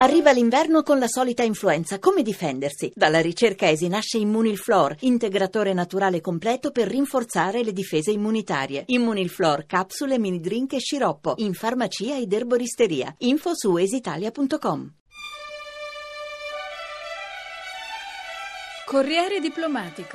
Arriva l'inverno con la solita influenza. Come difendersi? Dalla ricerca ESI nasce Immunilflor, integratore naturale completo per rinforzare le difese immunitarie. Immunilflor, capsule, mini drink e sciroppo. In farmacia ed erboristeria. Info su esitalia.com. Corriere diplomatico.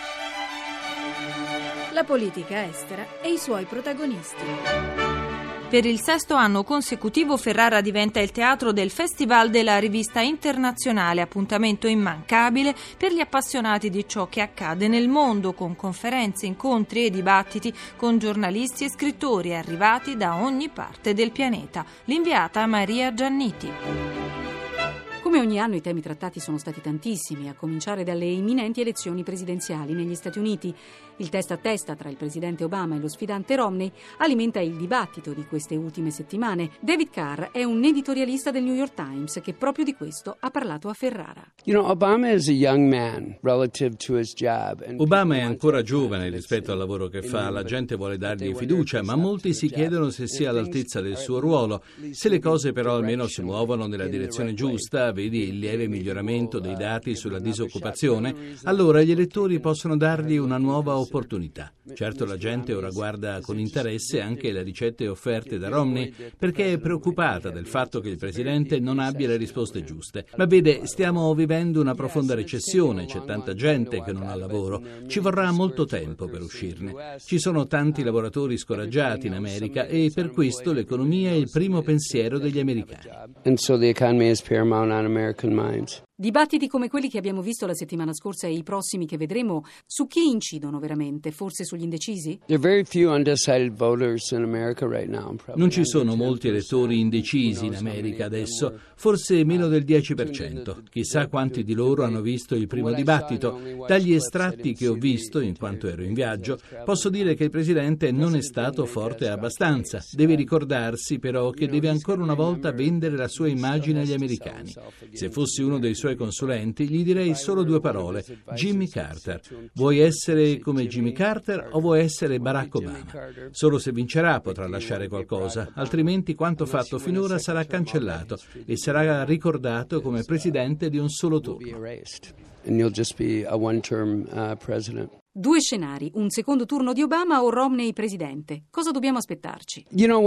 La politica estera e i suoi protagonisti. Per il 6° anno consecutivo Ferrara diventa il teatro del Festival della Rivista Internazionale, appuntamento immancabile per gli appassionati di ciò che accade nel mondo, con conferenze, incontri e dibattiti con giornalisti e scrittori arrivati da ogni parte del pianeta. L'inviata Maria Gianniti. Come ogni anno i temi trattati sono stati tantissimi, a cominciare dalle imminenti elezioni presidenziali negli Stati Uniti. Il testa a testa tra il presidente Obama e lo sfidante Romney alimenta il dibattito di queste ultime settimane. David Carr è un editorialista del New York Times che proprio di questo ha parlato a Ferrara. Obama è ancora giovane rispetto al lavoro che fa, la gente vuole dargli fiducia, ma molti si chiedono se sia all'altezza del suo ruolo. Se le cose però almeno si muovono nella direzione giusta, vedi il lieve miglioramento dei dati sulla disoccupazione, allora gli elettori possono dargli una nuova opportunità. Certo, la gente ora guarda con interesse anche le ricette offerte da Romney, perché è preoccupata del fatto che il presidente non abbia le risposte giuste. Ma vede, stiamo vivendo una profonda recessione, c'è tanta gente che non ha lavoro, ci vorrà molto tempo per uscirne. Ci sono tanti lavoratori scoraggiati in America e per questo l'economia è il primo pensiero degli americani. Dibattiti come quelli che abbiamo visto la settimana scorsa e i prossimi che vedremo, su chi incidono veramente? Forse sugli indecisi? Non ci sono molti elettori indecisi in America adesso, forse meno del 10%. Chissà quanti di loro hanno visto il primo dibattito. Dagli estratti che ho visto, in quanto ero in viaggio, posso dire che il presidente non è stato forte abbastanza. Deve ricordarsi però che deve ancora una volta vendere la sua immagine agli americani. Se fossi uno dei suoi consulenti, gli direi solo 2 parole: Jimmy Carter. Vuoi essere come Jimmy Carter o vuoi essere Barack Obama? Solo se vincerà potrà lasciare qualcosa, altrimenti quanto fatto finora sarà cancellato e sarà ricordato come presidente di un solo turno. 2 scenari, un secondo turno di Obama o Romney presidente. Cosa dobbiamo aspettarci?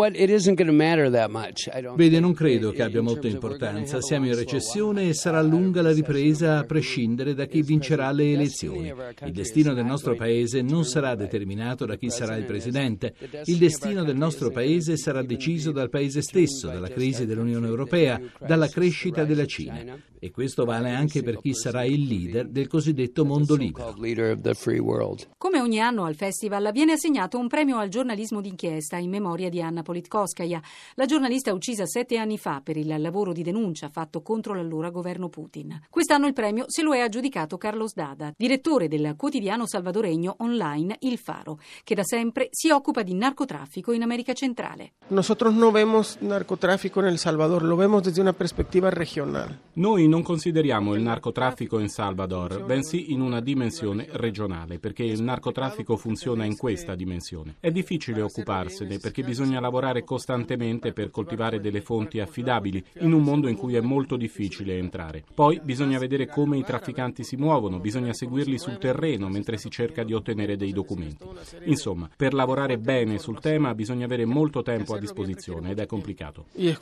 Vede, non credo che abbia molta importanza. Siamo in recessione e sarà lunga la ripresa a prescindere da chi vincerà le elezioni. Il destino del nostro paese non sarà determinato da chi sarà il presidente. Il destino del nostro paese sarà deciso dal paese stesso, dalla crisi dell'Unione Europea, dalla crescita della Cina. E questo vale anche per chi sarà il leader del cosiddetto mondo libero. Come ogni anno al festival viene assegnato un premio al giornalismo d'inchiesta in memoria di Anna Politkovskaja, la giornalista uccisa 7 anni fa per il lavoro di denuncia fatto contro l'allora governo Putin. Quest'anno il premio se lo è aggiudicato Carlos Dada, direttore del quotidiano salvadoregno online Il Faro, che da sempre si occupa di narcotraffico in America Centrale. Nosotros no vemos narcotráfico en El Salvador, lo vemos desde una perspectiva regional. Noi non consideriamo il narcotraffico in Salvador, bensì in una dimensione regionale, perché il narcotraffico funziona in questa dimensione. È difficile occuparsene perché bisogna lavorare costantemente per coltivare delle fonti affidabili in un mondo in cui è molto difficile entrare. Poi bisogna vedere come i trafficanti si muovono, bisogna seguirli sul terreno mentre si cerca di ottenere dei documenti. Insomma, per lavorare bene sul tema bisogna avere molto tempo a disposizione ed è complicato.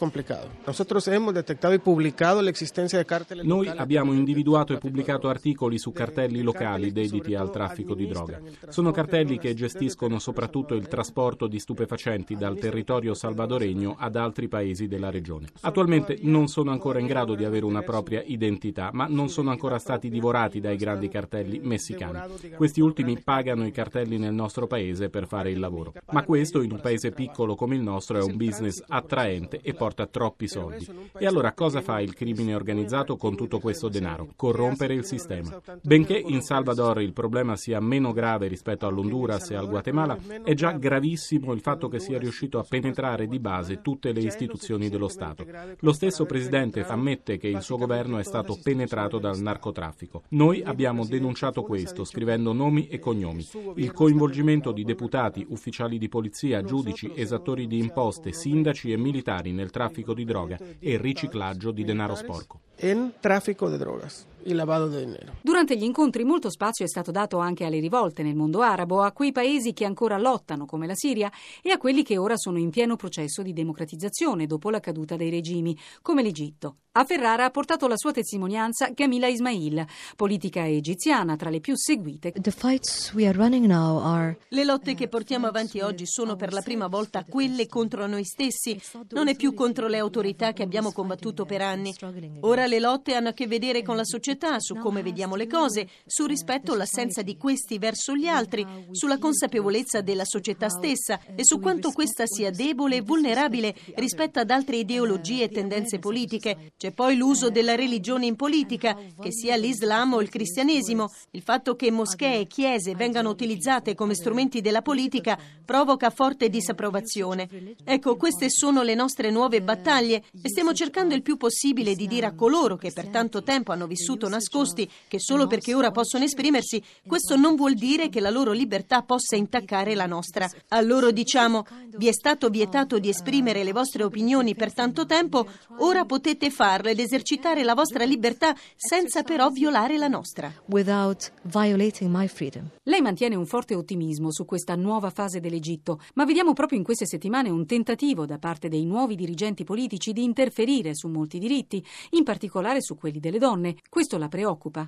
Noi abbiamo individuato e pubblicato articoli su cartelli locali dediti al traffico di droga. Sono cartelli che gestiscono soprattutto il trasporto di stupefacenti dal territorio salvadoregno ad altri paesi della regione. Attualmente non sono ancora in grado di avere una propria identità, ma non sono ancora stati divorati dai grandi cartelli messicani. Questi ultimi pagano i cartelli nel nostro paese per fare il lavoro. Ma questo, in un paese piccolo come il nostro, è un business attraente e porta troppi soldi. E allora cosa fa il crimine organizzato con tutto questo denaro? Corrompere il sistema. Benché in Salvador il problema sia meno grave rispetto all'Honduras e al Guatemala, è già gravissimo il fatto che sia riuscito a penetrare di base tutte le istituzioni dello Stato. Lo stesso presidente ammette che il suo governo è stato penetrato dal narcotraffico. Noi abbiamo denunciato questo, scrivendo nomi e cognomi. Il coinvolgimento di deputati, ufficiali di polizia, giudici, esattori di imposte, sindaci e militari nel traffico di droga e riciclaggio di denaro sporco. En tráfico de drogas y lavado de dinero. Durante gli incontri molto spazio è stato dato anche alle rivolte nel mondo arabo, a quei paesi che ancora lottano come la Siria e a quelli che ora sono in pieno processo di democratizzazione dopo la caduta dei regimi, come l'Egitto. A Ferrara ha portato la sua testimonianza Camila Ismail, politica egiziana tra le più seguite. Le lotte che portiamo avanti oggi sono per la prima volta quelle contro noi stessi, non è più contro le autorità che abbiamo combattuto per anni. Ora le lotte hanno a che vedere con la società, su come vediamo le cose, sul rispetto o l'assenza di questi verso gli altri, sulla consapevolezza della società stessa e su quanto questa sia debole e vulnerabile rispetto ad altre ideologie e tendenze politiche. C'è poi l'uso della religione in politica, che sia l'Islam o il cristianesimo. Il fatto che moschee e chiese vengano utilizzate come strumenti della politica provoca forte disapprovazione. Ecco, queste sono le nostre nuove battaglie e stiamo cercando il più possibile di dire a coloro che per tanto tempo hanno vissuto nascosti che solo perché ora possono esprimersi, questo non vuol dire che la loro libertà possa intaccare la nostra. A loro diciamo: vi è stato vietato di esprimere le vostre opinioni per tanto tempo, ora potete farlo ed esercitare la vostra libertà senza però violare la nostra. Lei mantiene un forte ottimismo su questa nuova fase dell'Egitto, ma vediamo proprio in queste settimane un tentativo da parte dei nuovi dirigenti politici di interferire su molti diritti, in particolare su quelli delle donne. Questo la preoccupa?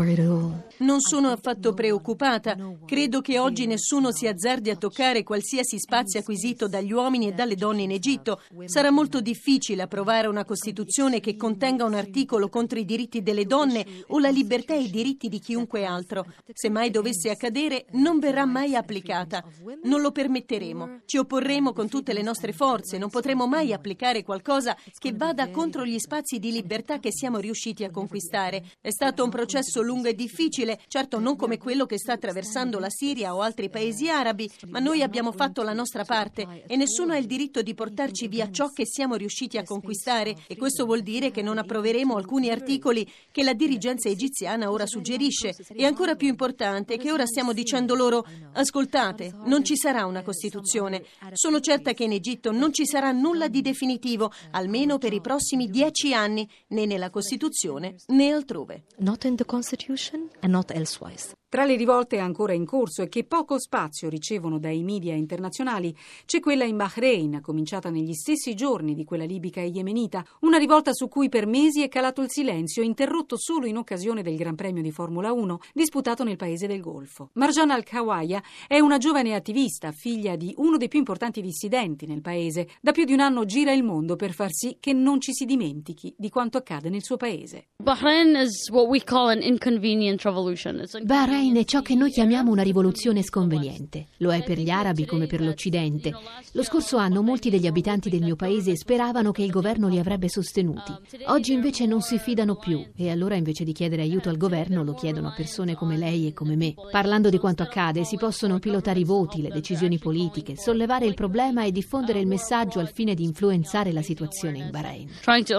Non sono affatto preoccupata. Credo che oggi nessuno si azzardi a toccare qualsiasi spazio acquisito dagli uomini e dalle donne in Egitto. Sarà molto difficile approvare una Costituzione che contenga un articolo contro i diritti delle donne o la libertà e i diritti di chiunque altro. Se mai dovesse accadere, non verrà mai applicata. Non lo permetteremo. Ci opporremo con tutte le nostre forze. Non potremo mai applicare qualcosa che vada contro gli spazi di libertà che siamo riusciti a conquistare. È stato un processo lungo e difficile, certo non come quello che sta attraversando la Siria o altri paesi arabi, ma noi abbiamo fatto la nostra parte e nessuno ha il diritto di portarci via ciò che siamo riusciti a conquistare, e questo vuol dire che non approveremo alcuni articoli che la dirigenza egiziana ora suggerisce. E ancora più importante che ora stiamo dicendo loro: ascoltate, non ci sarà una Costituzione. Sono certa che in Egitto non ci sarà nulla di definitivo, almeno per i prossimi 10 anni, né nella Costituzione né altrove. Not in the Constitution and not elsewise. Tra le rivolte ancora in corso e che poco spazio ricevono dai media internazionali, c'è quella in Bahrain, cominciata negli stessi giorni di quella libica e yemenita, una rivolta su cui per mesi è calato il silenzio, interrotto solo in occasione del Gran Premio di Formula 1 disputato nel paese del Golfo. Marjan Al-Khawaya è una giovane attivista, figlia di uno dei più importanti dissidenti nel paese. Da più di un anno gira il mondo per far sì che non ci si dimentichi di quanto accade nel suo paese. Bahrain is what we call an inconvenient revolution. Bahrain è ciò che noi chiamiamo una rivoluzione sconveniente. Lo è per gli arabi come per l'Occidente. Lo scorso anno molti degli abitanti del mio paese speravano che il governo li avrebbe sostenuti. Oggi invece non si fidano più e allora invece di chiedere aiuto al governo lo chiedono a persone come lei e come me. Parlando di quanto accade si possono pilotare i voti, le decisioni politiche, sollevare il problema e diffondere il messaggio al fine di influenzare la situazione in Bahrain.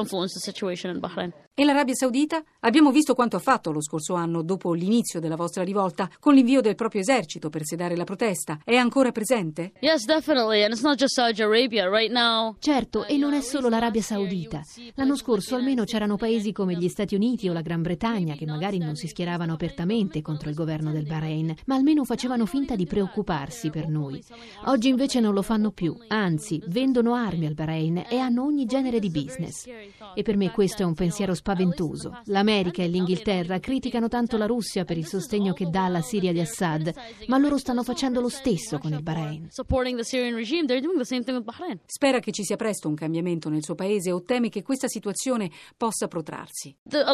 E l'Arabia Saudita? Abbiamo visto quanto ha fatto lo scorso anno dopo l'inizio della vostra rivolta, con l'invio del proprio esercito per sedare la protesta. È ancora presente? Yes, definitely, and it's not just Saudi Arabia right now. Certo, e non è solo l'Arabia Saudita. L'anno scorso almeno c'erano paesi come gli Stati Uniti o la Gran Bretagna che magari non si schieravano apertamente contro il governo del Bahrain, ma almeno facevano finta di preoccuparsi per noi. Oggi invece non lo fanno più, anzi, vendono armi al Bahrain e hanno ogni genere di business. E per me questo è un pensiero spaventoso. L'America e l'Inghilterra criticano tanto la Russia per il sostegno che dà alla Siria di Assad, ma loro stanno facendo lo stesso con il Bahrain. Spera che ci sia presto un cambiamento nel suo paese o teme che questa situazione possa protrarsi?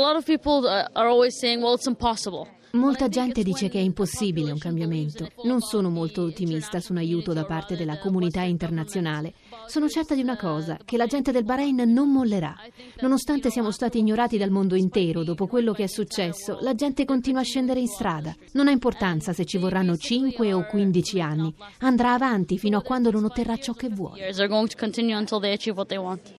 Molta gente dice che è impossibile un cambiamento. Non sono molto ottimista su un aiuto da parte della comunità internazionale. Sono certa di una cosa, che la gente del Bahrain non mollerà. Nonostante siamo stati ignorati dal mondo intero dopo quello che è successo, la gente continua a scendere in strada. Non ha importanza se ci vorranno 5 o 15 anni. Andrà avanti fino a quando non otterrà ciò che vuole.